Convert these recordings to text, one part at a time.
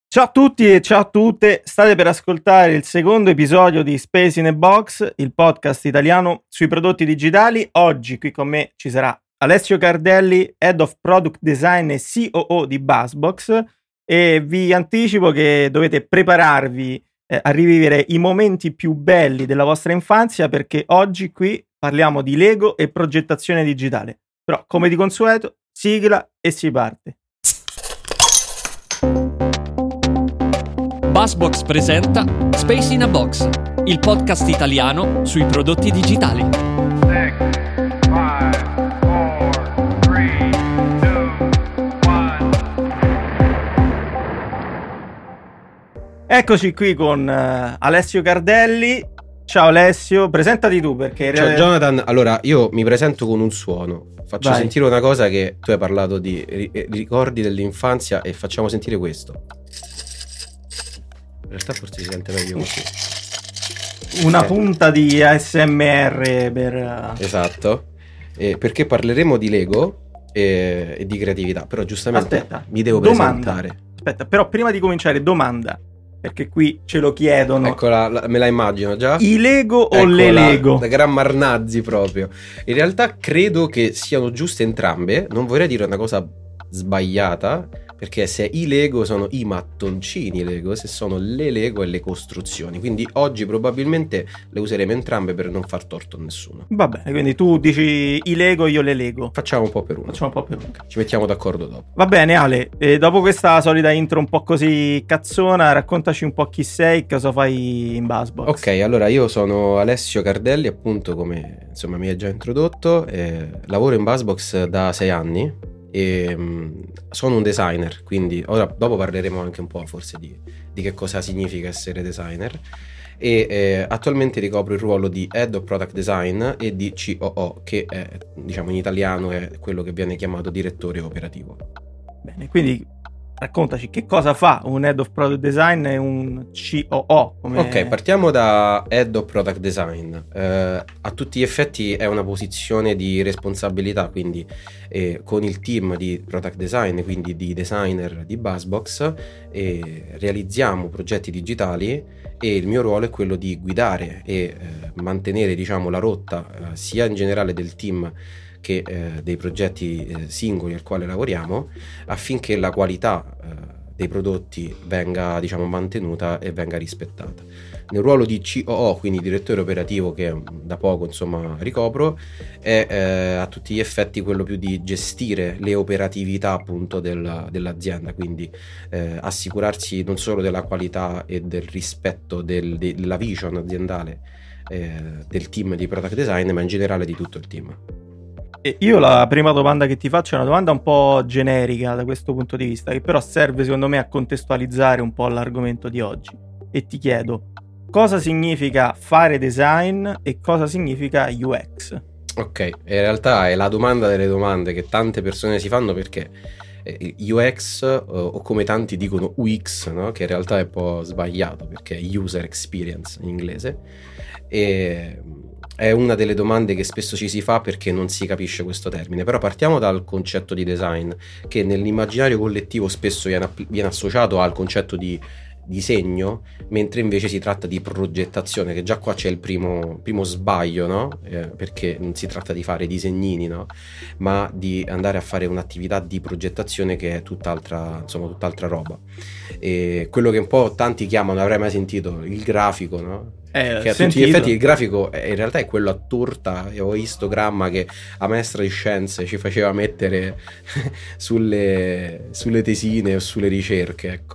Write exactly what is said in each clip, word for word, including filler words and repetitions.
Ciao a tutti e ciao a tutte, state per ascoltare il secondo episodio di Space in a Box, il podcast italiano sui prodotti digitali. Oggi qui con me ci sarà Alessio Cardelli, Head of Product Design e C O O di Buzzbox, e vi anticipo che dovete prepararvi eh, a rivivere i momenti più belli della vostra infanzia, perché oggi qui parliamo di Lego e progettazione digitale. Però, come di consueto, sigla e si parte. Buzzbox presenta Space in a Box, il podcast italiano sui prodotti digitali. six, five, four, three, two, one. Eccoci qui con uh, Alessio Cardelli. Ciao Alessio, presentati tu perché... in Ciao realtà- Jonathan, allora io mi presento con un suono. Faccio Vai. sentire una cosa che tu hai parlato di ri- ricordi dell'infanzia e facciamo sentire questo. In realtà forse si sente meglio così. Una Eh. punta di A S M R per... uh, Esatto. Eh, perché parleremo di Lego e, e di creatività. Però giustamente Aspetta, mi devo domanda. presentare. Aspetta, però prima di cominciare, domanda, perché qui ce lo chiedono. Eccola, la- me la immagino già. I Lego o Eccola, le Lego? Da Gran Marnazzi proprio. In realtà credo che siano giuste entrambe. Non vorrei dire una cosa sbagliata, perché se i Lego sono i mattoncini Lego, se sono le Lego e le costruzioni. Quindi oggi probabilmente le useremo entrambe per non far torto a nessuno. Va bene, quindi tu dici i Lego, io le Lego. Facciamo un po' per uno. Facciamo un po' per uno. Ci mettiamo d'accordo dopo. Va bene Ale, e dopo questa solita intro un po' così cazzona, raccontaci un po' chi sei, cosa fai in Buzzbox. Ok, allora io sono Alessio Cardelli, appunto, come insomma mi hai già introdotto. eh, lavoro in Buzzbox da sei anni e mh, sono un designer, quindi ora dopo parleremo anche un po' forse di, di che cosa significa essere designer. E eh, attualmente ricopro il ruolo di Head of Product Design e di C O O, che è, diciamo in italiano è quello che viene chiamato direttore operativo. Bene, quindi raccontaci che cosa fa un Head of Product Design e un C O O. Come... Ok, partiamo da Head of Product Design. Eh, a tutti gli effetti è una posizione di responsabilità, quindi eh, con il team di Product Design, quindi di designer di Buzzbox, eh, realizziamo progetti digitali e il mio ruolo è quello di guidare e eh, mantenere, diciamo, la rotta eh, sia in generale del team che eh, dei progetti eh, singoli al quale lavoriamo, affinché la qualità eh, dei prodotti venga, diciamo, mantenuta e venga rispettata. Nel ruolo di C O O, quindi direttore operativo, che da poco insomma ricopro, è eh, a tutti gli effetti quello più di gestire le operatività appunto del, dell'azienda, quindi eh, assicurarsi non solo della qualità e del rispetto del, della vision aziendale eh, del team di product design, ma in generale di tutto il team. E io la prima domanda che ti faccio è una domanda un po' generica da questo punto di vista, che però serve secondo me a contestualizzare un po' l'argomento di oggi. E ti chiedo, cosa significa fare design e cosa significa U X? Ok, in realtà è la domanda delle domande che tante persone si fanno, perché eh, U X eh, o come tanti dicono U X, no? Che in realtà è un po' sbagliato perché è User Experience in inglese, e è una delle domande che spesso ci si fa perché non si capisce questo termine. Però partiamo dal concetto di design, che nell'immaginario collettivo spesso viene, app- viene associato al concetto di disegno, mentre invece si tratta di progettazione, che già qua c'è il primo, primo sbaglio, no? Eh, perché non si tratta di fare disegnini, no? Ma di andare a fare un'attività di progettazione che è tutt'altra, insomma, tutt'altra roba. E quello che un po' tanti chiamano, avrei mai sentito, il grafico, no? Eh, Che a tutti gli effetti il grafico è, in realtà è quello a torta. Io ho visto Gramma che a maestra di scienze ci faceva mettere sulle, sulle tesine o sulle ricerche, ecco.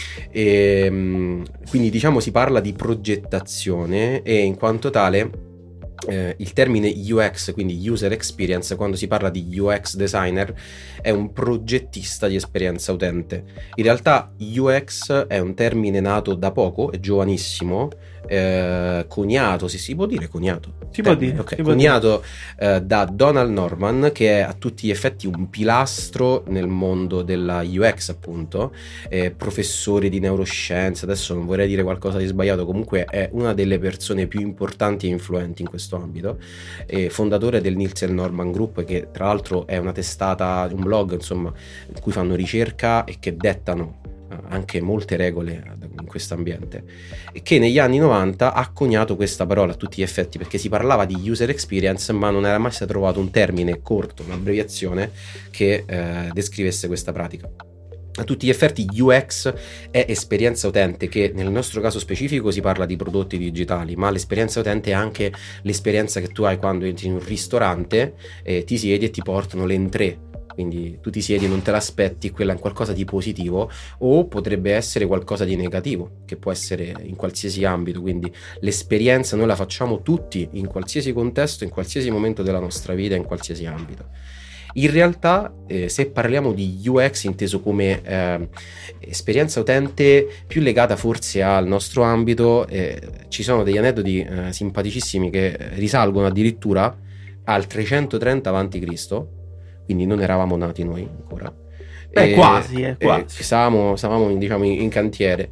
E, quindi diciamo si parla di progettazione, e in quanto tale eh, il termine U X, quindi User Experience, quando si parla di U X designer, è un progettista di esperienza utente. In realtà U X è un termine nato da poco, è giovanissimo, eh, coniato, se si può dire coniato? Si può Termine, dire, ok, si può coniato eh, da Donald Norman, che è a tutti gli effetti un pilastro nel mondo della U X, appunto, eh, professore di neuroscienze. Adesso non vorrei dire qualcosa di sbagliato, comunque è una delle persone più importanti e influenti in questo ambito, eh, fondatore del Nielsen Norman Group, che tra l'altro è una testata, un blog, insomma, in cui fanno ricerca e che dettano anche molte regole in questo ambiente, e che negli anni novanta ha coniato questa parola a tutti gli effetti, perché si parlava di user experience ma non era mai stato trovato un termine corto, un'abbreviazione che eh, descrivesse questa pratica. A tutti gli effetti U X è esperienza utente, che nel nostro caso specifico si parla di prodotti digitali, ma l'esperienza utente è anche l'esperienza che tu hai quando entri in un ristorante e ti siedi e ti portano l'entrée. Quindi tu ti siedi, non te l'aspetti, quella è qualcosa di positivo, o potrebbe essere qualcosa di negativo, che può essere in qualsiasi ambito. Quindi l'esperienza noi la facciamo tutti, in qualsiasi contesto, in qualsiasi momento della nostra vita, in qualsiasi ambito. In realtà, eh, se parliamo di U X inteso come eh, esperienza utente più legata forse al nostro ambito, eh, ci sono degli aneddoti eh, simpaticissimi che risalgono addirittura al trecentotrenta avanti Cristo, quindi non eravamo nati noi ancora. Beh, E- quasi, eh, e quasi. stavamo, stavamo in, diciamo, in, in cantiere,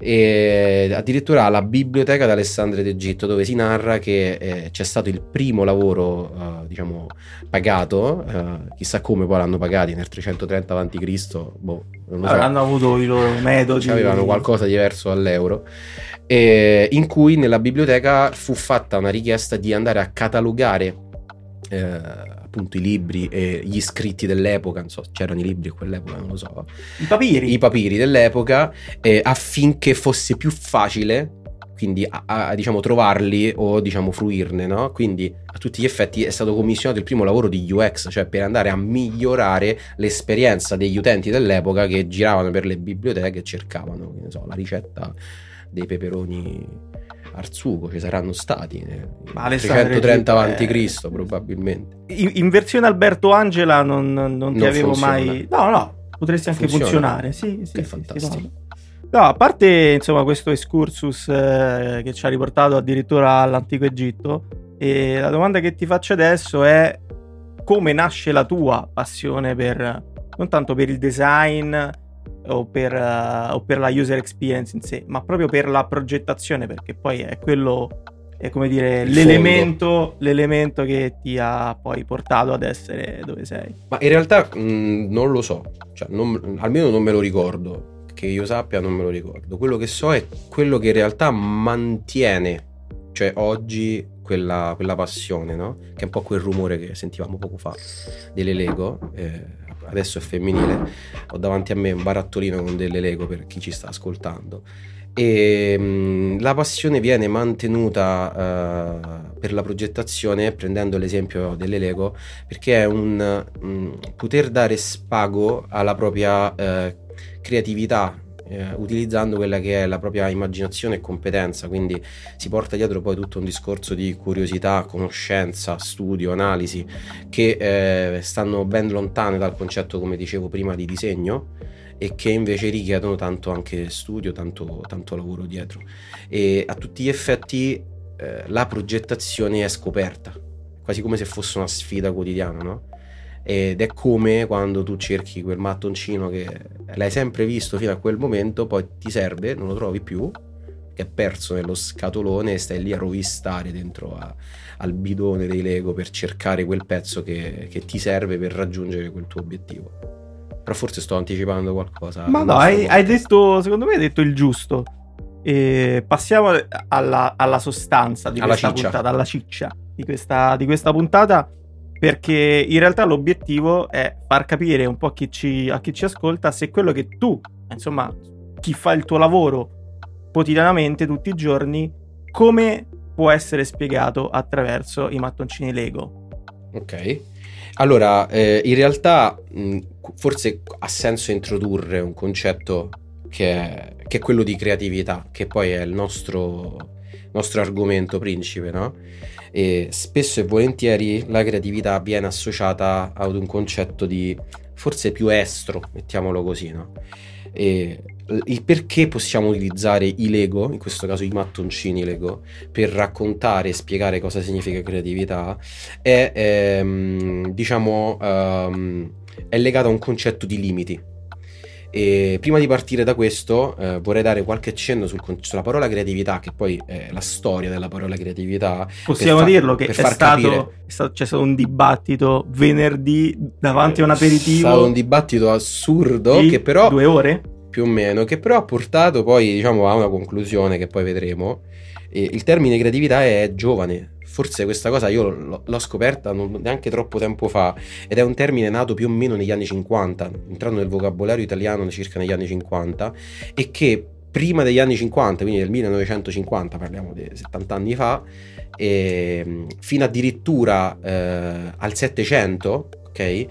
e addirittura alla biblioteca d'Alessandria d'Egitto, dove si narra che eh, c'è stato il primo lavoro eh, diciamo pagato, eh, chissà come poi l'hanno pagati nel trecentotrenta avanti Cristo, boh, non lo so. Avranno avuto i loro metodi. Cioè, avevano qualcosa di diverso dall'euro, e in cui nella biblioteca fu fatta una richiesta di andare a catalogare eh, appunto i libri e gli scritti dell'epoca, non so, c'erano i libri a quell'epoca, non lo so, I papiri. i papiri dell'epoca, eh, affinché fosse più facile, quindi a, a, diciamo trovarli o diciamo fruirne, no? Quindi a tutti gli effetti è stato commissionato il primo lavoro di U X, cioè per andare a migliorare l'esperienza degli utenti dell'epoca che giravano per le biblioteche e cercavano, che ne so, la ricetta dei peperoni al sugo, ci saranno stati nel Ma Alessandria trecentotrenta d'Egitto avanti è- Cristo probabilmente. In, in versione Alberto Angela non, non ti Non avevo funziona. mai. No, no, potresti anche Funziona? funzionare. Sì, sì, Che sì, fantastico. sì, no. No, a parte insomma questo excursus eh, che ci ha riportato addirittura all'antico Egitto, e la domanda che ti faccio adesso è: come nasce la tua passione per non tanto per il design o per, eh, o per la user experience in sé, ma proprio per la progettazione, perché poi è quello, è come dire, Il l'elemento, l'elemento che ti ha poi portato ad essere dove sei. Ma in realtà mh, non lo so, cioè, non- almeno non me lo ricordo, che io sappia non me lo ricordo. Quello che so è quello che in realtà mantiene, cioè oggi, quella, quella passione, no? Che è un po' quel rumore che sentivamo poco fa delle Lego, eh, adesso è femminile, ho davanti a me un barattolino con delle Lego per chi ci sta ascoltando. E mh, la passione viene mantenuta eh, per la progettazione, prendendo l'esempio delle Lego, perché è un mh, poter dare spago alla propria eh, creatività, eh, utilizzando quella che è la propria immaginazione e competenza. Quindi si porta dietro poi tutto un discorso di curiosità, conoscenza, studio, analisi, che eh, stanno ben lontane dal concetto, come dicevo prima, di disegno, e che invece richiedono tanto anche studio, tanto, tanto lavoro dietro. E a tutti gli effetti eh, la progettazione è scoperta, quasi come se fosse una sfida quotidiana, no? Ed è come quando tu cerchi quel mattoncino che l'hai sempre visto fino a quel momento, poi ti serve, non lo trovi più, che è perso nello scatolone, e stai lì a rovistare dentro a, al bidone dei Lego per cercare quel pezzo che, che ti serve per raggiungere quel tuo obiettivo. Però forse sto anticipando qualcosa. Ma al no, nostro hai, hai podcast. detto, secondo me hai detto il giusto. E passiamo alla, alla sostanza di Alla questa ciccia. puntata, alla ciccia di questa, di questa puntata, perché in realtà l'obiettivo è far capire un po' a chi ci, a chi ci ascolta se quello che tu, insomma, chi fa il tuo lavoro quotidianamente, tutti i giorni, come può essere spiegato attraverso i mattoncini Lego. Ok, allora eh, in realtà mh, forse ha senso introdurre un concetto che è, che è quello di creatività, che poi è il nostro, nostro argomento principe, no? E spesso e volentieri la creatività viene associata ad un concetto di forse più estro, mettiamolo così, no? E il perché possiamo utilizzare i Lego, in questo caso i mattoncini Lego, per raccontare e spiegare cosa significa creatività è ehm, diciamo ehm, è legato a un concetto di limiti. E prima di partire da questo eh, vorrei dare qualche accenno sul con- sulla parola creatività, che poi è la storia della parola creatività. Possiamo per fa- dirlo che per è far stato, capire. è stato- c'è stato un dibattito venerdì davanti a un È aperitivo stato un dibattito assurdo di che però due ore? più o meno, che però ha portato poi, diciamo, a una conclusione che poi vedremo. E il termine creatività è giovane. Forse questa cosa io l- l'ho scoperta non neanche troppo tempo fa, ed è un termine nato più o meno negli anni cinquanta, entrando nel vocabolario italiano circa negli anni cinquanta, e che prima degli anni cinquanta, quindi del millenovecentocinquanta, parliamo di settanta anni fa, e fino addirittura eh, al settecento, ok?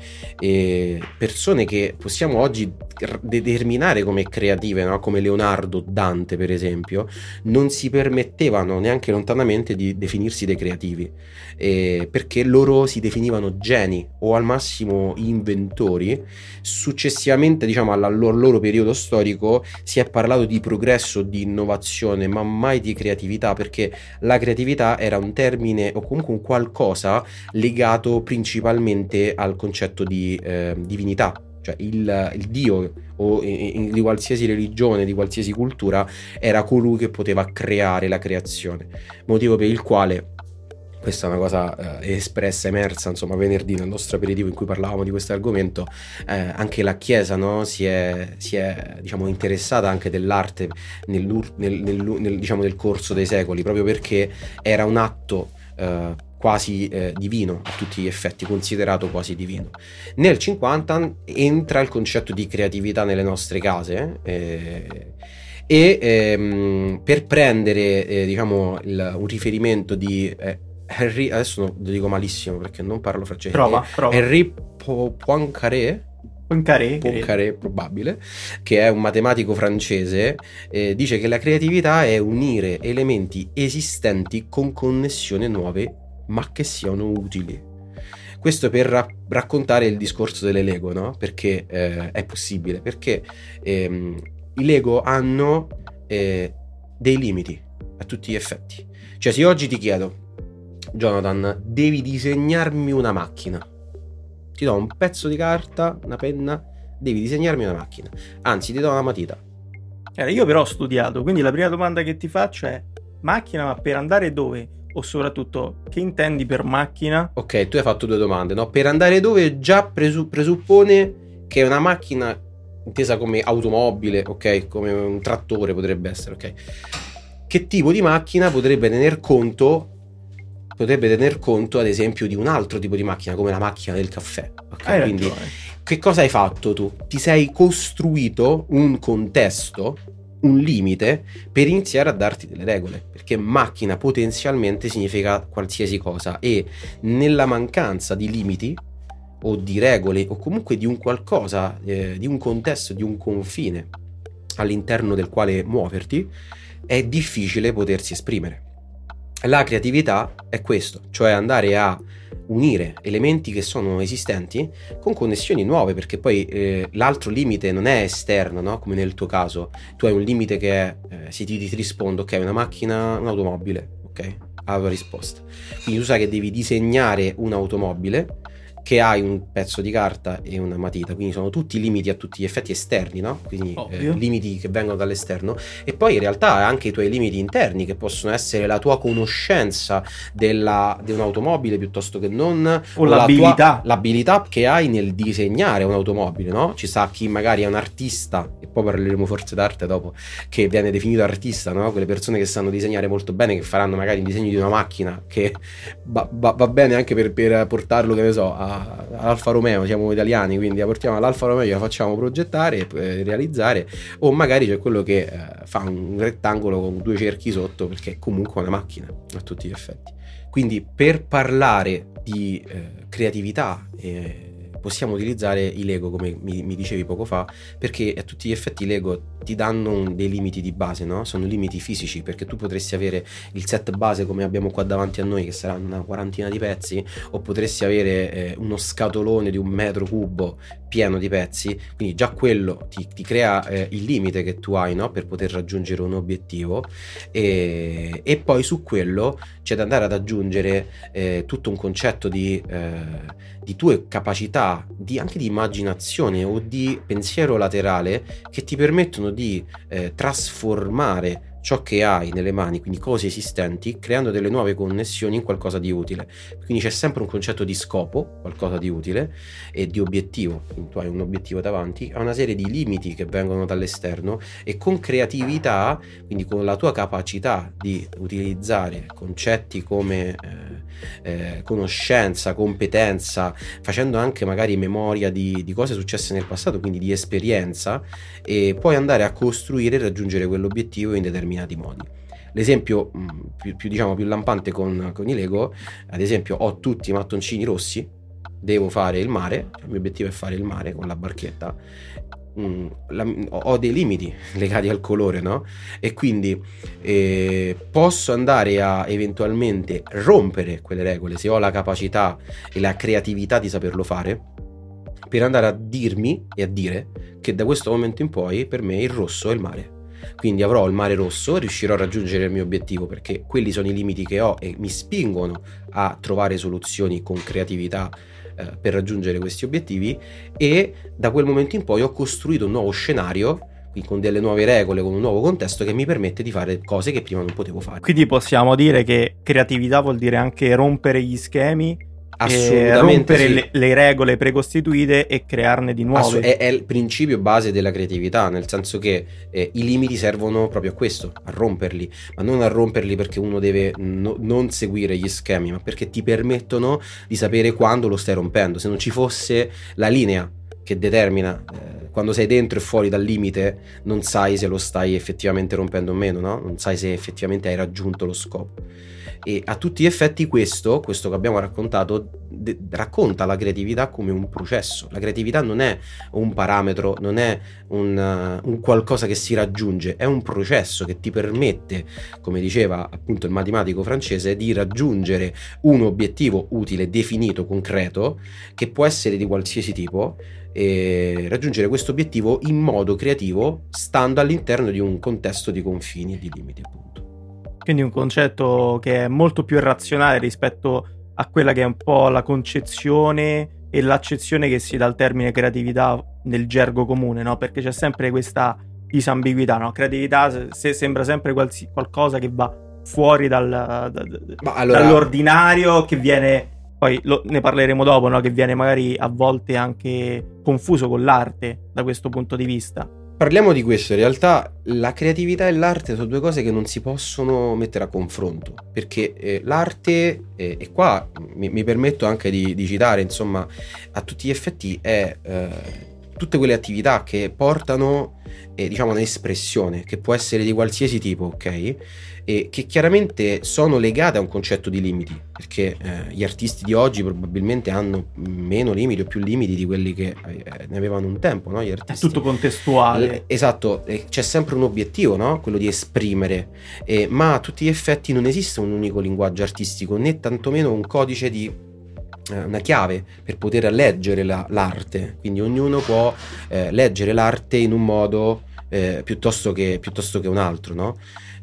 E persone che possiamo oggi determinare come creative, no? Come Leonardo, Dante per esempio, non si permettevano neanche lontanamente di definirsi dei creativi, eh, perché loro si definivano geni o al massimo inventori. Successivamente, diciamo, al loro, loro periodo storico si è parlato di progresso, di innovazione, ma mai di creatività, perché la creatività era un termine o comunque un qualcosa legato principalmente al concetto di eh, divinità. Cioè il, il dio o in, in, di qualsiasi religione, di qualsiasi cultura, era colui che poteva creare la creazione, motivo per il quale, questa è una cosa eh, espressa, emersa insomma venerdì nel nostro aperitivo in cui parlavamo di questo argomento, eh, anche la Chiesa, no, si è, si è diciamo interessata anche dell'arte nel, nel, nel, nel, diciamo, nel corso dei secoli, proprio perché era un atto eh, quasi eh, divino, a tutti gli effetti considerato quasi divino. Nel cinquanta entra il concetto di creatività nelle nostre case, eh, e ehm, per prendere eh, diciamo il, un riferimento di eh, Henri, adesso no, lo dico malissimo perché non parlo francese, prova, prova. Henri Po- Poincaré Poincaré, Poincaré probabile, che è un matematico francese, eh, dice che la creatività è unire elementi esistenti con connessioni nuove ma che siano utili. Questo per ra- raccontare il discorso delle Lego, no? Perché eh, è possibile, perché ehm, i Lego hanno eh, dei limiti a tutti gli effetti. Cioè, se oggi ti chiedo, Jonathan, devi disegnarmi una macchina, ti do un pezzo di carta, una penna, devi disegnarmi una macchina, anzi ti do una matita. Eh, io però ho studiato, quindi la prima domanda che ti faccio è: macchina, ma per andare dove? O soprattutto, che intendi per macchina? Ok, tu hai fatto due domande, no? Per andare dove già presu- presuppone che è una macchina intesa come automobile, ok? Come un trattore potrebbe essere, ok? Che tipo di macchina potrebbe tener conto potrebbe tener conto ad esempio di un altro tipo di macchina, come la macchina del caffè, ok? Hai Quindi ragione. che cosa hai fatto tu? Ti sei costruito un contesto, un limite, per iniziare a darti delle regole, perché macchina potenzialmente significa qualsiasi cosa, e nella mancanza di limiti o di regole o comunque di un qualcosa, eh, di un contesto, di un confine all'interno del quale muoverti, è difficile potersi esprimere. La creatività è questo, cioè andare a unire elementi che sono esistenti con connessioni nuove, perché poi eh, l'altro limite non è esterno, no? Come nel tuo caso, tu hai un limite che è, eh, se ti, ti rispondo, ok, una macchina, un'automobile, ok, alla risposta. Quindi tu sai che devi disegnare un'automobile, che hai un pezzo di carta e una matita, quindi sono tutti limiti a tutti gli effetti esterni, no? Quindi eh, limiti che vengono dall'esterno, e poi in realtà anche i tuoi limiti interni, che possono essere la tua conoscenza della, di un'automobile piuttosto che non, o, o l'abilità. La tua, l'abilità che hai nel disegnare un'automobile, no? Ci sta chi magari è un artista, e poi parleremo forse d'arte dopo, che viene definito artista, no? Quelle persone che sanno disegnare molto bene, che faranno magari il disegno di una macchina che va, va, va bene anche per, per portarlo, che ne so, a all'Alfa Romeo, siamo italiani, quindi la portiamo all'Alfa Romeo, la facciamo progettare e eh, realizzare, o magari c'è quello che eh, fa un rettangolo con due cerchi sotto, perché è comunque una macchina a tutti gli effetti. Quindi per parlare di eh, creatività eh, possiamo utilizzare i Lego, come mi, mi dicevi poco fa, perché a tutti gli effetti i Lego ti danno un, dei limiti di base, no? Sono limiti fisici, perché tu potresti avere il set base come abbiamo qua davanti a noi, che saranno una quarantina di pezzi, o potresti avere eh, uno scatolone di un metro cubo pieno di pezzi, quindi già quello ti, ti crea eh, il limite che tu hai, no? Per poter raggiungere un obiettivo, e, e poi su quello c'è da andare ad aggiungere eh, tutto un concetto di, eh, di tue capacità, di, anche di immaginazione o di pensiero laterale, che ti permettono di eh, trasformare ciò che hai nelle mani, quindi cose esistenti, creando delle nuove connessioni in qualcosa di utile. Quindi c'è sempre un concetto di scopo, qualcosa di utile, e di obiettivo. Quindi tu hai un obiettivo davanti, hai una serie di limiti che vengono dall'esterno, e con creatività, quindi con la tua capacità di utilizzare concetti come eh, eh, conoscenza, competenza, facendo anche magari memoria di, di cose successe nel passato, quindi di esperienza, e puoi andare a costruire e raggiungere quell'obiettivo in determinati modi. L'esempio mh, più, più diciamo più lampante con, con i Lego, ad esempio, ho tutti i mattoncini rossi, devo fare il mare, il mio obiettivo è fare il mare con la barchetta. Mm, la, ho dei limiti legati al colore, no? E quindi eh, posso andare a eventualmente rompere quelle regole se ho la capacità e la creatività di saperlo fare, per andare a dirmi e a dire che da questo momento in poi per me il rosso è il mare. Quindi avrò il mare rosso, riuscirò a raggiungere il mio obiettivo, perché quelli sono i limiti che ho e mi spingono a trovare soluzioni con creatività eh, per raggiungere questi obiettivi, e da quel momento in poi ho costruito un nuovo scenario, quindi con delle nuove regole, con un nuovo contesto che mi permette di fare cose che prima non potevo fare. Quindi possiamo dire che creatività vuol dire anche rompere gli schemi, Assolutamente rompere sì. le, le regole precostituite e crearne di nuove. Assu- è, è il principio base della creatività, nel senso che eh, i limiti servono proprio a questo, a romperli, ma non a romperli perché uno deve no- non seguire gli schemi, ma perché ti permettono di sapere quando lo stai rompendo. Se non ci fosse la linea che determina eh, quando sei dentro e fuori dal limite, non sai se lo stai effettivamente rompendo o meno, no? Non sai se effettivamente hai raggiunto lo scopo. E a tutti gli effetti questo, questo che abbiamo raccontato de- racconta la creatività come un processo. La creatività non è un parametro, non è un, uh, un qualcosa che si raggiunge, è un processo che ti permette, come diceva appunto il matematico francese, di raggiungere un obiettivo utile, definito, concreto, che può essere di qualsiasi tipo, e raggiungere questo obiettivo in modo creativo, stando all'interno di un contesto di confini e di limiti, appunto. Quindi un concetto che è molto più razionale rispetto a quella che è un po' la concezione e l'accezione che si dà al termine creatività nel gergo comune, no? Perché c'è sempre questa disambiguità, no? Creatività se sembra sempre qualsi- qualcosa che va fuori dal, da, da, Ma allora... dall'ordinario, che viene, poi lo, ne parleremo dopo, no? Che viene magari a volte anche confuso con l'arte da questo punto di vista. Parliamo di questo. In realtà la creatività e l'arte sono due cose che non si possono mettere a confronto, perché eh, l'arte, eh, e qua mi, mi permetto anche di, di citare, insomma, a tutti gli effetti è eh, tutte quelle attività che portano eh, diciamo un'espressione che può essere di qualsiasi tipo, ok? E che chiaramente sono legate a un concetto di limiti, perché eh, gli artisti di oggi probabilmente hanno meno limiti o più limiti di quelli che eh, ne avevano un tempo, no? Gli artisti. È tutto contestuale. Eh, esatto, eh, c'è sempre un obiettivo, no? Quello di esprimere, eh, ma a tutti gli effetti non esiste un unico linguaggio artistico, né tantomeno un codice di eh, una chiave per poter leggere la, l'arte, quindi ognuno può eh, leggere l'arte in un modo eh, piuttosto che, piuttosto che un altro, no?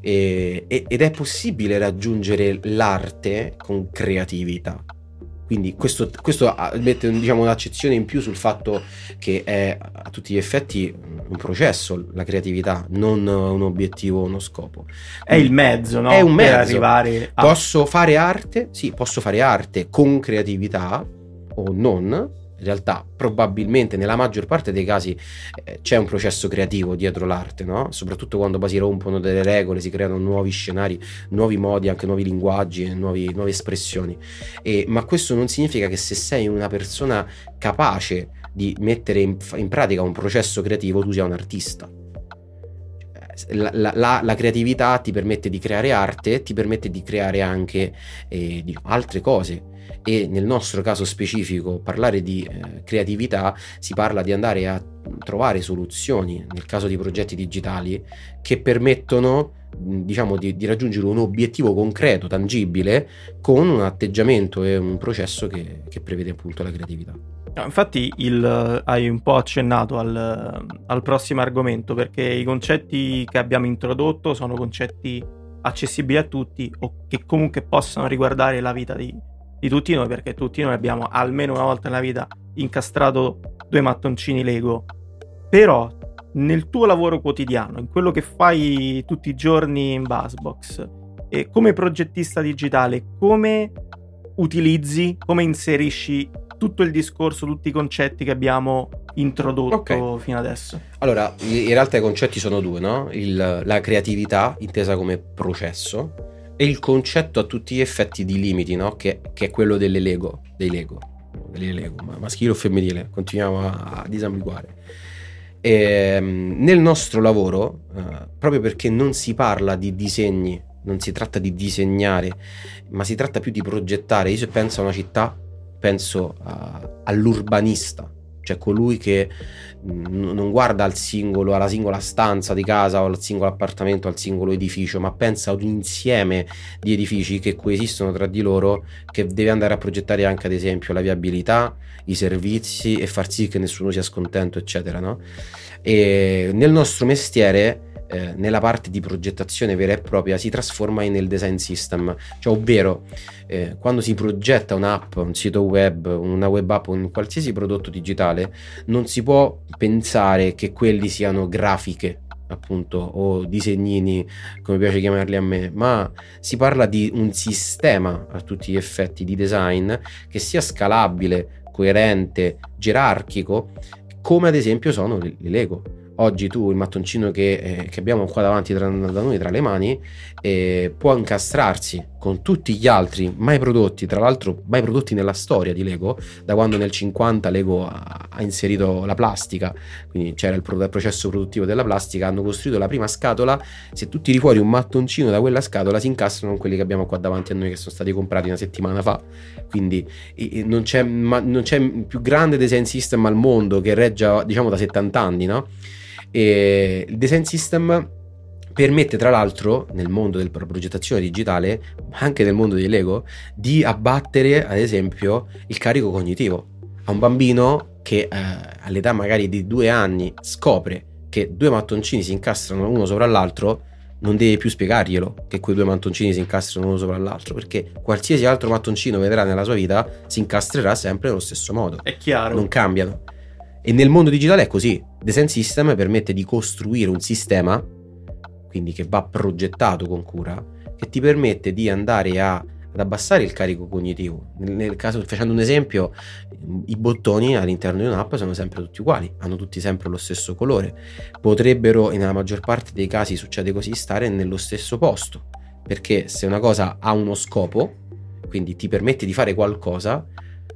E, ed è possibile raggiungere l'arte con creatività. Quindi questo, questo mette, diciamo, un'accezione in più sul fatto che è a tutti gli effetti un processo, la creatività, non un obiettivo, uno scopo. È il mezzo, no? È un mezzo. Per arrivare a... Posso fare arte? Sì, posso fare arte con creatività o non. In realtà probabilmente nella maggior parte dei casi eh, c'è un processo creativo dietro l'arte, no? Soprattutto quando poi si rompono delle regole, si creano nuovi scenari, nuovi modi, anche nuovi linguaggi, nuovi, nuove espressioni. E, ma questo non significa che se sei una persona capace di mettere in, in pratica un processo creativo tu sia un artista. La, la, la, la creatività ti permette di creare arte, ti permette di creare anche eh, di altre cose. E nel nostro caso specifico parlare di eh, creatività si parla di andare a trovare soluzioni, nel caso di progetti digitali, che permettono, diciamo, di, di raggiungere un obiettivo concreto, tangibile, con un atteggiamento e un processo che, che prevede appunto la creatività. No, infatti il, hai un po' accennato al, al prossimo argomento, perché i concetti che abbiamo introdotto sono concetti accessibili a tutti o che comunque possono riguardare la vita di di tutti noi, perché tutti noi abbiamo almeno una volta nella vita incastrato due mattoncini Lego. Però nel tuo lavoro quotidiano, in quello che fai tutti i giorni in Buzzbox, e come progettista digitale, come utilizzi, come inserisci tutto il discorso, tutti i concetti che abbiamo introdotto Ok. fino adesso? Allora, in realtà i concetti sono due, no? Il- la creatività, intesa come processo, e il concetto a tutti gli effetti di limiti, no? Che, che è quello delle Lego, dei Lego, delle Lego, ma maschile o femminile, continuiamo a, a disambiguare. E, mm, nel nostro lavoro, eh, proprio perché non si parla di disegni, non si tratta di disegnare, ma si tratta più di progettare. Io se penso a una città, penso a- all'urbanista, cioè colui che mh, non guarda al singolo, alla singola stanza di casa o al singolo appartamento, al singolo edificio, ma pensa ad un insieme di edifici che coesistono tra di loro, che deve andare a progettare anche ad esempio la viabilità, i servizi e far sì che nessuno sia scontento, eccetera, no? E nel nostro mestiere, eh, nella parte di progettazione vera e propria, si trasforma nel design system, cioè ovvero eh, quando si progetta un'app, un sito web, una web app, un qualsiasi prodotto digitale, non si può pensare che quelli siano grafiche, appunto, o disegnini, come piace chiamarli a me, ma si parla di un sistema a tutti gli effetti di design che sia scalabile, coerente, gerarchico, come ad esempio sono le le Lego. Oggi tu il mattoncino che, eh, che abbiamo qua davanti tra, da noi tra le mani eh, può incastrarsi con tutti gli altri mai prodotti, tra l'altro mai prodotti nella storia di Lego, da quando nel cinquanta Lego ha, ha inserito la plastica, quindi c'era il, pro- il processo produttivo della plastica, hanno costruito la prima scatola. Se tu tiri fuori un mattoncino da quella scatola si incastrano con quelli che abbiamo qua davanti a noi, che sono stati comprati una settimana fa. Quindi eh, non, c'è, ma, non c'è più grande design system al mondo che reggia, diciamo, da settanta anni, no? E il design system permette, tra l'altro, nel mondo della progettazione digitale, ma anche nel mondo dei Lego, di abbattere ad esempio il carico cognitivo. A un bambino che eh, all'età magari di due anni scopre che due mattoncini si incastrano uno sopra l'altro, non deve più spiegarglielo che quei due mattoncini si incastrano uno sopra l'altro, perché qualsiasi altro mattoncino vedrà nella sua vita si incastrerà sempre nello stesso modo, È chiaro. non cambiano. E nel mondo digitale è così. Design system permette di costruire un sistema, quindi che va progettato con cura, che ti permette di andare a, ad abbassare il carico cognitivo. Nel, nel caso, facendo un esempio, i bottoni all'interno di un'app sono sempre tutti uguali, hanno tutti sempre lo stesso colore. Potrebbero, nella maggior parte dei casi succede così, stare nello stesso posto, perché se una cosa ha uno scopo, quindi ti permette di fare qualcosa,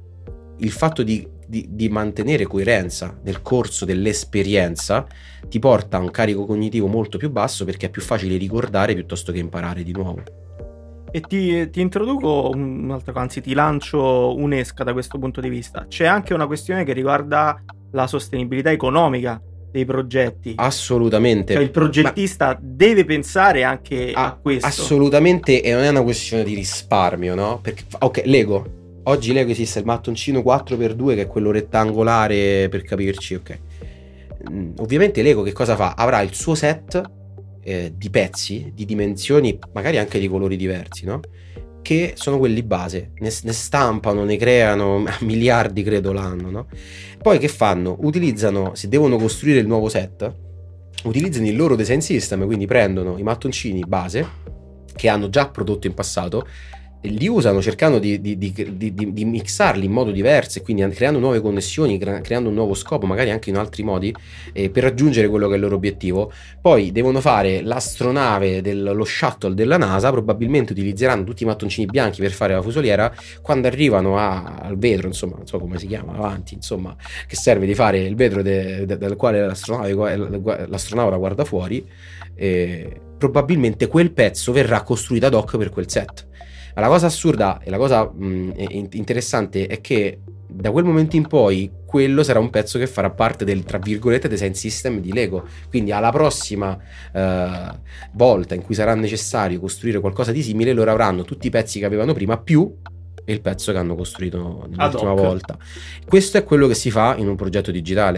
il fatto di Di, di mantenere coerenza nel corso dell'esperienza ti porta a un carico cognitivo molto più basso, perché è più facile ricordare piuttosto che imparare di nuovo. E ti, ti introduco un'altra cosa, anzi ti lancio un'esca da questo punto di vista. C'è anche una questione che riguarda la sostenibilità economica dei progetti. Assolutamente. Cioè il progettista Ma... deve pensare anche a, a questo. Assolutamente, e non è una questione di risparmio, no? Perché, ok, Lego. Oggi Lego esiste il mattoncino quattro per due, che è quello rettangolare, per capirci, ok. Mm, ovviamente Lego che cosa fa? Avrà il suo set eh, di pezzi, di dimensioni, magari anche di colori diversi, no? Che sono quelli base, ne, ne stampano, ne creano a miliardi credo l'anno, no? Poi che fanno? Utilizzano, se devono costruire il nuovo set, utilizzano il loro design system, quindi prendono i mattoncini base che hanno già prodotto in passato, li usano cercando di, di, di, di, di mixarli in modo diverso, e quindi creando nuove connessioni, creando un nuovo scopo, magari anche in altri modi, eh, per raggiungere quello che è il loro obiettivo. Poi devono fare l'astronave dello shuttle della NASA, probabilmente utilizzeranno tutti i mattoncini bianchi per fare la fusoliera. Quando arrivano a, al vetro, insomma, non so come si chiama, avanti, insomma, che serve di fare il vetro de, de, dal quale l'astronave, l'astronauta guarda fuori, eh, probabilmente quel pezzo verrà costruito ad hoc per quel set. Ma la cosa assurda e la cosa mh, interessante è che da quel momento in poi quello sarà un pezzo che farà parte del, tra virgolette, design system di Lego. Quindi alla prossima eh, volta in cui sarà necessario costruire qualcosa di simile, loro avranno tutti i pezzi che avevano prima più e il pezzo che hanno costruito nell'ultima volta. Questo è quello che si fa in un progetto digitale.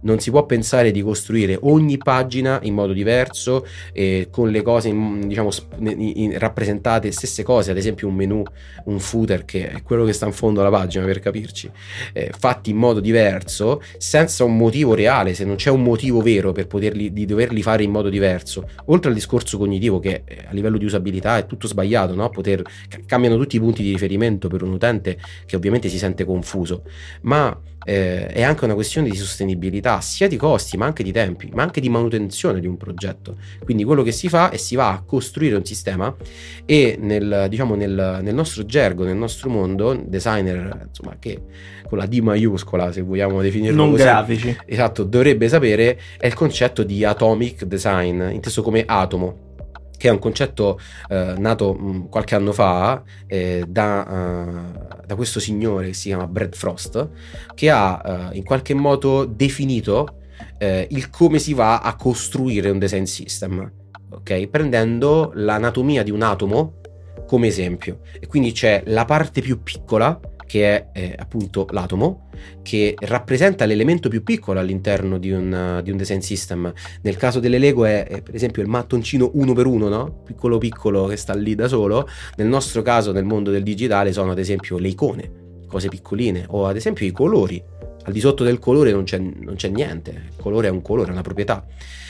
non si può pensare di costruire ogni pagina in modo diverso, eh, con le cose in, diciamo in, in, rappresentate stesse cose, ad esempio un menu, un footer che è quello che sta in fondo alla pagina, per capirci, eh, fatti in modo diverso senza un motivo reale. Se non c'è un motivo vero per poterli, di doverli fare in modo diverso, oltre al discorso cognitivo che a livello di usabilità è tutto sbagliato, no? Poter, cambiano tutti i punti di riferimento per un utente che ovviamente si sente confuso, ma eh, è anche una questione di sostenibilità, sia di costi ma anche di tempi, ma anche di manutenzione di un progetto. Quindi quello che si fa è si va a costruire un sistema, e nel, diciamo nel, nel nostro gergo, nel nostro mondo, designer, insomma, che con la D maiuscola, se vogliamo definirlo non così, grafici, esatto, dovrebbe sapere, è il concetto di atomic design, inteso come atomo, che è un concetto eh, nato mh, qualche anno fa eh, da, uh, da questo signore che si chiama Brad Frost, che ha uh, in qualche modo definito eh, il come si va a costruire un design system, ok? Prendendo l'anatomia di un atomo come esempio, e quindi c'è la parte più piccola, che è eh, appunto l'atomo, che rappresenta l'elemento più piccolo all'interno di un, uh, di un design system. Nel caso delle Lego è, è per esempio il mattoncino uno per uno, no? Piccolo piccolo che sta lì da solo. Nel nostro caso, nel mondo del digitale, sono ad esempio le icone, cose piccoline, o ad esempio i colori. Al di sotto del colore non c'è, non c'è niente, il colore è un colore, è una proprietà.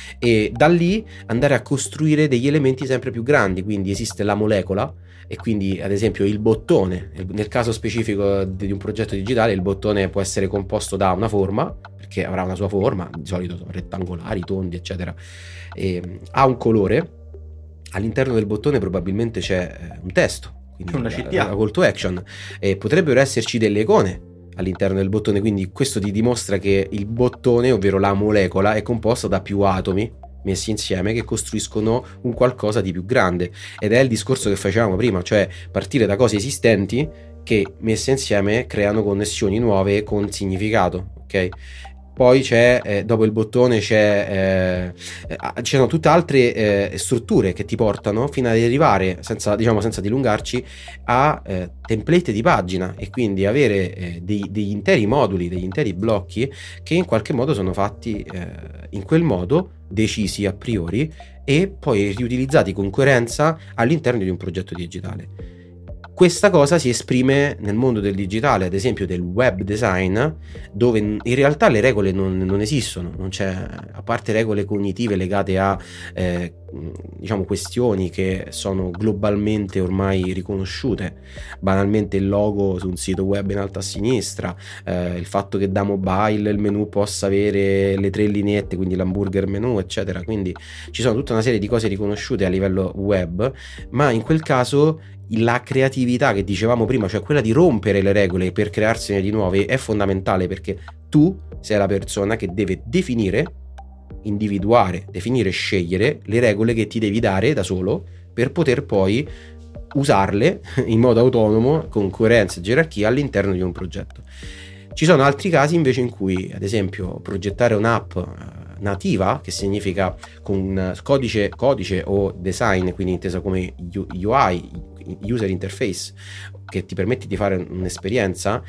E da lì andare a costruire degli elementi sempre più grandi, quindi esiste la molecola, e quindi ad esempio il bottone, nel caso specifico di un progetto digitale il bottone può essere composto da una forma, perché avrà una sua forma, di solito sono rettangolari, tondi eccetera, e ha un colore, all'interno del bottone probabilmente c'è un testo, quindi una C T A, una call to action, e potrebbero esserci delle icone all'interno del bottone, quindi questo ti dimostra che il bottone, ovvero la molecola, è composta da più atomi messi insieme che costruiscono un qualcosa di più grande, ed è il discorso che facevamo prima, cioè partire da cose esistenti che messe insieme creano connessioni nuove con significato, ok? Poi c'è, eh, dopo il bottone c'è eh, ci sono tutte altre eh, strutture che ti portano fino ad arrivare, senza, diciamo, senza dilungarci, a eh, template di pagina, e quindi avere eh, dei, degli interi moduli, degli interi blocchi che in qualche modo sono fatti eh, in quel modo, decisi a priori, e poi riutilizzati con coerenza all'interno di un progetto digitale. Questa cosa si esprime nel mondo del digitale, ad esempio del web design, dove in realtà le regole non, non esistono, non c'è, a parte regole cognitive legate a eh, diciamo questioni che sono globalmente ormai riconosciute, banalmente il logo su un sito web in alto a sinistra, eh, il fatto che da mobile il menu possa avere le tre lineette, quindi l'hamburger menu eccetera, quindi ci sono tutta una serie di cose riconosciute a livello web, ma in quel caso la creatività che dicevamo prima, cioè quella di rompere le regole per crearsene di nuove, è fondamentale, perché tu sei la persona che deve definire, individuare, definire, scegliere le regole che ti devi dare da solo per poter poi usarle in modo autonomo, con coerenza e gerarchia all'interno di un progetto. Ci sono altri casi invece in cui, ad esempio, progettare un'app nativa, che significa con codice, codice o design, quindi intesa come U I, user interface, che ti permette di fare un'esperienza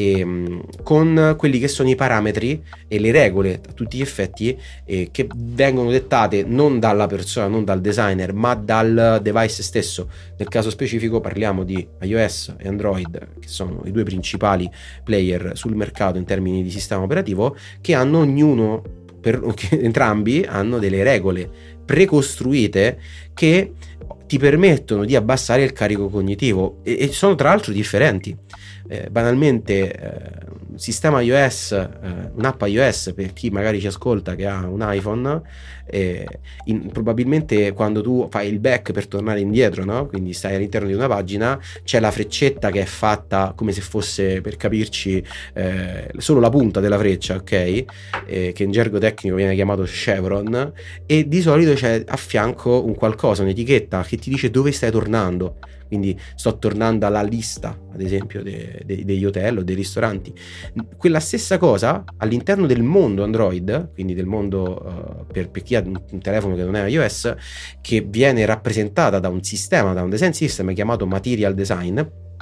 e, con quelli che sono i parametri e le regole a tutti gli effetti, eh, che vengono dettate non dalla persona, non dal designer, ma dal device stesso. Nel caso specifico parliamo di iOS e Android, che sono i due principali player sul mercato in termini di sistema operativo, che hanno ognuno, per, che entrambi hanno delle regole precostruite che ti permettono di abbassare il carico cognitivo, e, e sono tra l'altro differenti. Eh, banalmente eh, un sistema iOS, eh, un'app iOS, per chi magari ci ascolta che ha un iPhone, eh, in, probabilmente quando tu fai il back per tornare indietro, no? Quindi stai all'interno di una pagina, c'è la freccetta che è fatta come se fosse, per capirci, eh, solo la punta della freccia, ok? Eh, che in gergo tecnico viene chiamato chevron, e di solito c'è a fianco un qualcosa, un'etichetta che ti dice dove stai tornando. Quindi sto tornando alla lista, ad esempio, de, de, degli hotel o dei ristoranti. Quella stessa cosa all'interno del mondo Android, quindi del mondo uh, per, per chi ha un, un telefono che non è iOS, che viene rappresentata da un sistema, da un design system chiamato Material Design, che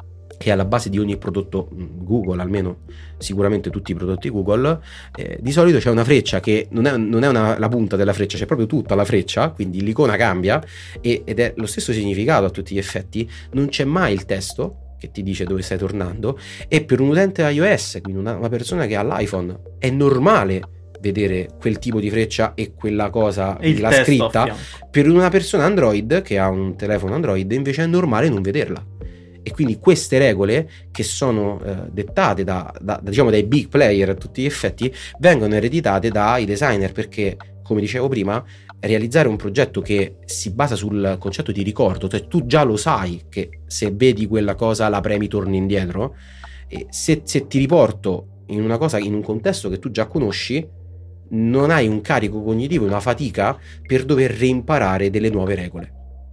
che è alla base di ogni prodotto Google, almeno sicuramente tutti i prodotti Google, eh, di solito c'è una freccia che non è, non è una, la punta della freccia, c'è proprio tutta la freccia, quindi l'icona cambia e, ed è lo stesso significato a tutti gli effetti, non c'è mai il testo che ti dice dove stai tornando, e per un utente iOS, quindi una, una persona che ha l'iPhone, è normale vedere quel tipo di freccia e quella cosa, E il la testo scritta. a fianco. Per una persona Android che ha un telefono Android invece è normale non vederla. E quindi queste regole, che sono eh, dettate da, da, diciamo dai big player a tutti gli effetti, vengono ereditate dai designer, perché, come dicevo prima, realizzare un progetto che si basa sul concetto di ricordo, cioè tu già lo sai che se vedi quella cosa la premi, torni indietro, e se, se ti riporto in una cosa, in un contesto che tu già conosci, non hai un carico cognitivo, una fatica per dover reimparare delle nuove regole.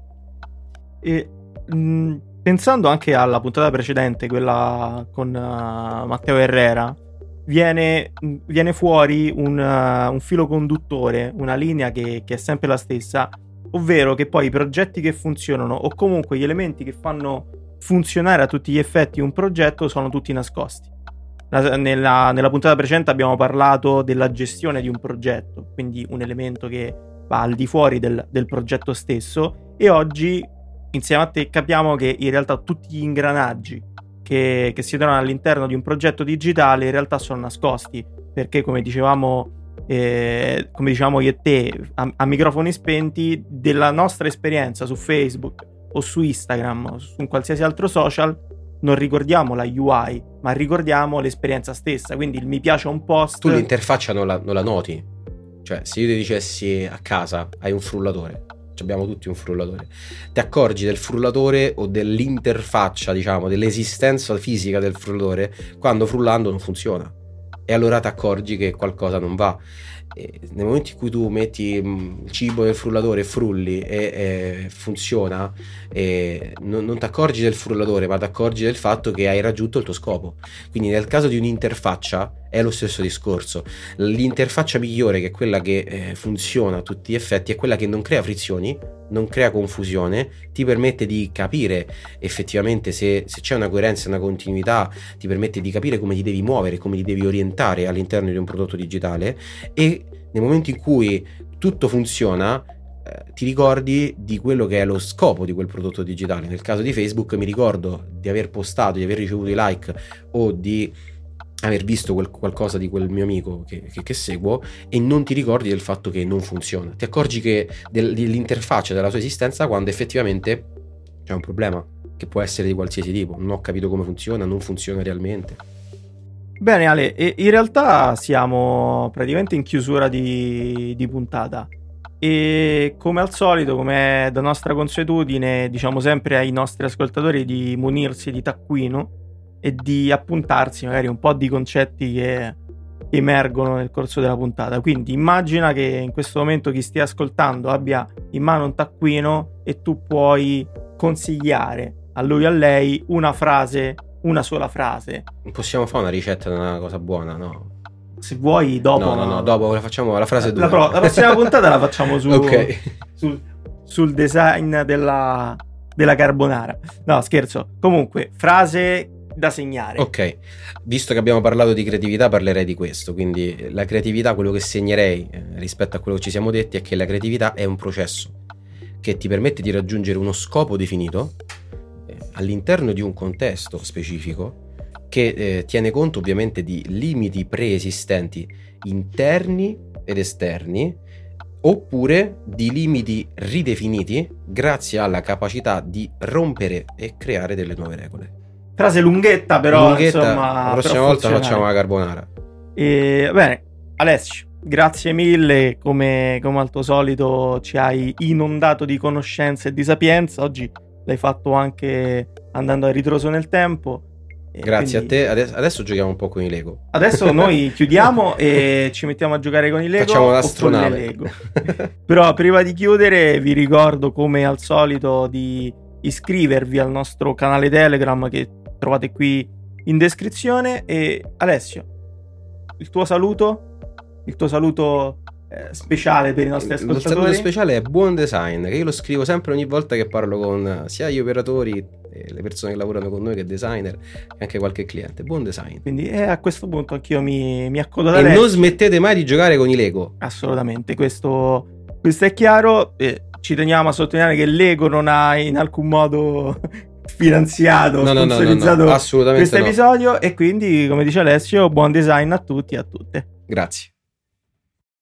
E mh, pensando anche alla puntata precedente, quella con uh, Matteo Herrera, viene, viene fuori un, uh, un filo conduttore, una linea che, che è sempre la stessa, ovvero che poi i progetti che funzionano, o comunque gli elementi che fanno funzionare a tutti gli effetti un progetto, sono tutti nascosti. La, nella, nella puntata precedente abbiamo parlato della gestione di un progetto, quindi un elemento che va al di fuori del, del progetto stesso, e oggi insieme a te capiamo che in realtà tutti gli ingranaggi che, che si trovano all'interno di un progetto digitale in realtà sono nascosti, perché come dicevamo eh, come dicevamo io e te a, a microfoni spenti, della nostra esperienza su Facebook o su Instagram o su un qualsiasi altro social non ricordiamo la U I, ma ricordiamo l'esperienza stessa. Quindi il mi piace un post, Tu l'interfaccia non la, non la noti. Cioè, se io ti dicessi a casa hai un frullatore, abbiamo tutti un frullatore, ti accorgi del frullatore o dell'interfaccia, diciamo, dell'esistenza fisica del frullatore quando frullando non funziona, e allora ti accorgi che qualcosa non va. E nel momento in cui tu metti il cibo nel frullatore e frulli e, e funziona, e non, non ti accorgi del frullatore, ma ti accorgi del fatto che hai raggiunto il tuo scopo. Quindi nel caso di un'interfaccia è lo stesso discorso. L'interfaccia migliore, che è quella che eh, funziona a tutti gli effetti, è quella che non crea frizioni, non crea confusione, ti permette di capire effettivamente se, se c'è una coerenza, una continuità, ti permette di capire come ti devi muovere, come ti devi orientare all'interno di un prodotto digitale, e nel momento in cui tutto funziona eh, ti ricordi di quello che è lo scopo di quel prodotto digitale. Nel caso di Facebook mi ricordo di aver postato, di aver ricevuto i like o di aver visto quel, qualcosa di quel mio amico che, che, che seguo, e non ti ricordi del fatto che non funziona. Ti accorgi che del, dell'interfaccia della sua esistenza quando effettivamente c'è un problema, che può essere di qualsiasi tipo. Non ho capito come funziona, non funziona realmente. Bene Ale, e in realtà siamo praticamente in chiusura di, di puntata, e come al solito, come è da nostra consuetudine, diciamo sempre ai nostri ascoltatori di munirsi di taccuino e di appuntarsi magari un po' di concetti che emergono nel corso della puntata. Quindi immagina che in questo momento chi stia ascoltando abbia in mano un taccuino e tu puoi consigliare a lui o a lei una frase, una sola frase. Possiamo fare una ricetta di una cosa buona, no? Se vuoi dopo. No, no, no, dopo la facciamo la frase due. La, pro- la prossima puntata la facciamo su, Ok. sul, sul design della, della carbonara. No, scherzo. Comunque, frase da segnare. Ok, visto che abbiamo parlato di creatività, parlerei di questo. Quindi la creatività, quello che segnerei eh, rispetto a quello che ci siamo detti, è che la creatività è un processo che ti permette di raggiungere uno scopo definito eh, all'interno di un contesto specifico, che eh, tiene conto ovviamente di limiti preesistenti interni ed esterni, oppure di limiti ridefiniti grazie alla capacità di rompere e creare delle nuove regole. Frase lunghetta, però Lunghetta, insomma, la prossima però volta funzionale. facciamo la carbonara. E, bene, Alessio, grazie mille, come, come al tuo solito ci hai inondato di conoscenze e di sapienza. Oggi l'hai fatto anche andando a ritroso nel tempo. E Grazie quindi a te. Adesso, adesso giochiamo un po' con i Lego. Adesso noi chiudiamo e ci mettiamo a giocare con i Lego. Facciamo o con l'astronave. le Lego. Però prima di chiudere vi ricordo, come al solito, di iscrivervi al nostro canale Telegram che trovate qui in descrizione. E Alessio, il tuo saluto? Il tuo saluto eh, speciale per i nostri Lo saluto ascoltatori? speciale è buon design, che io lo scrivo sempre ogni volta che parlo con eh, sia gli operatori, eh, le persone che lavorano con noi, che designer, e anche qualche cliente. Buon design. Quindi eh, a questo punto anch'io mi, mi accodo da E Alessio. non smettete mai di giocare con i Lego. Assolutamente, questo, questo è chiaro. Eh, ci teniamo a sottolineare che Lego non ha in alcun modo finanziato, No, no, no, no, sponsorizzato no, assolutamente questo no. episodio, e quindi, come dice Alessio, buon design a tutti e a tutte. Grazie.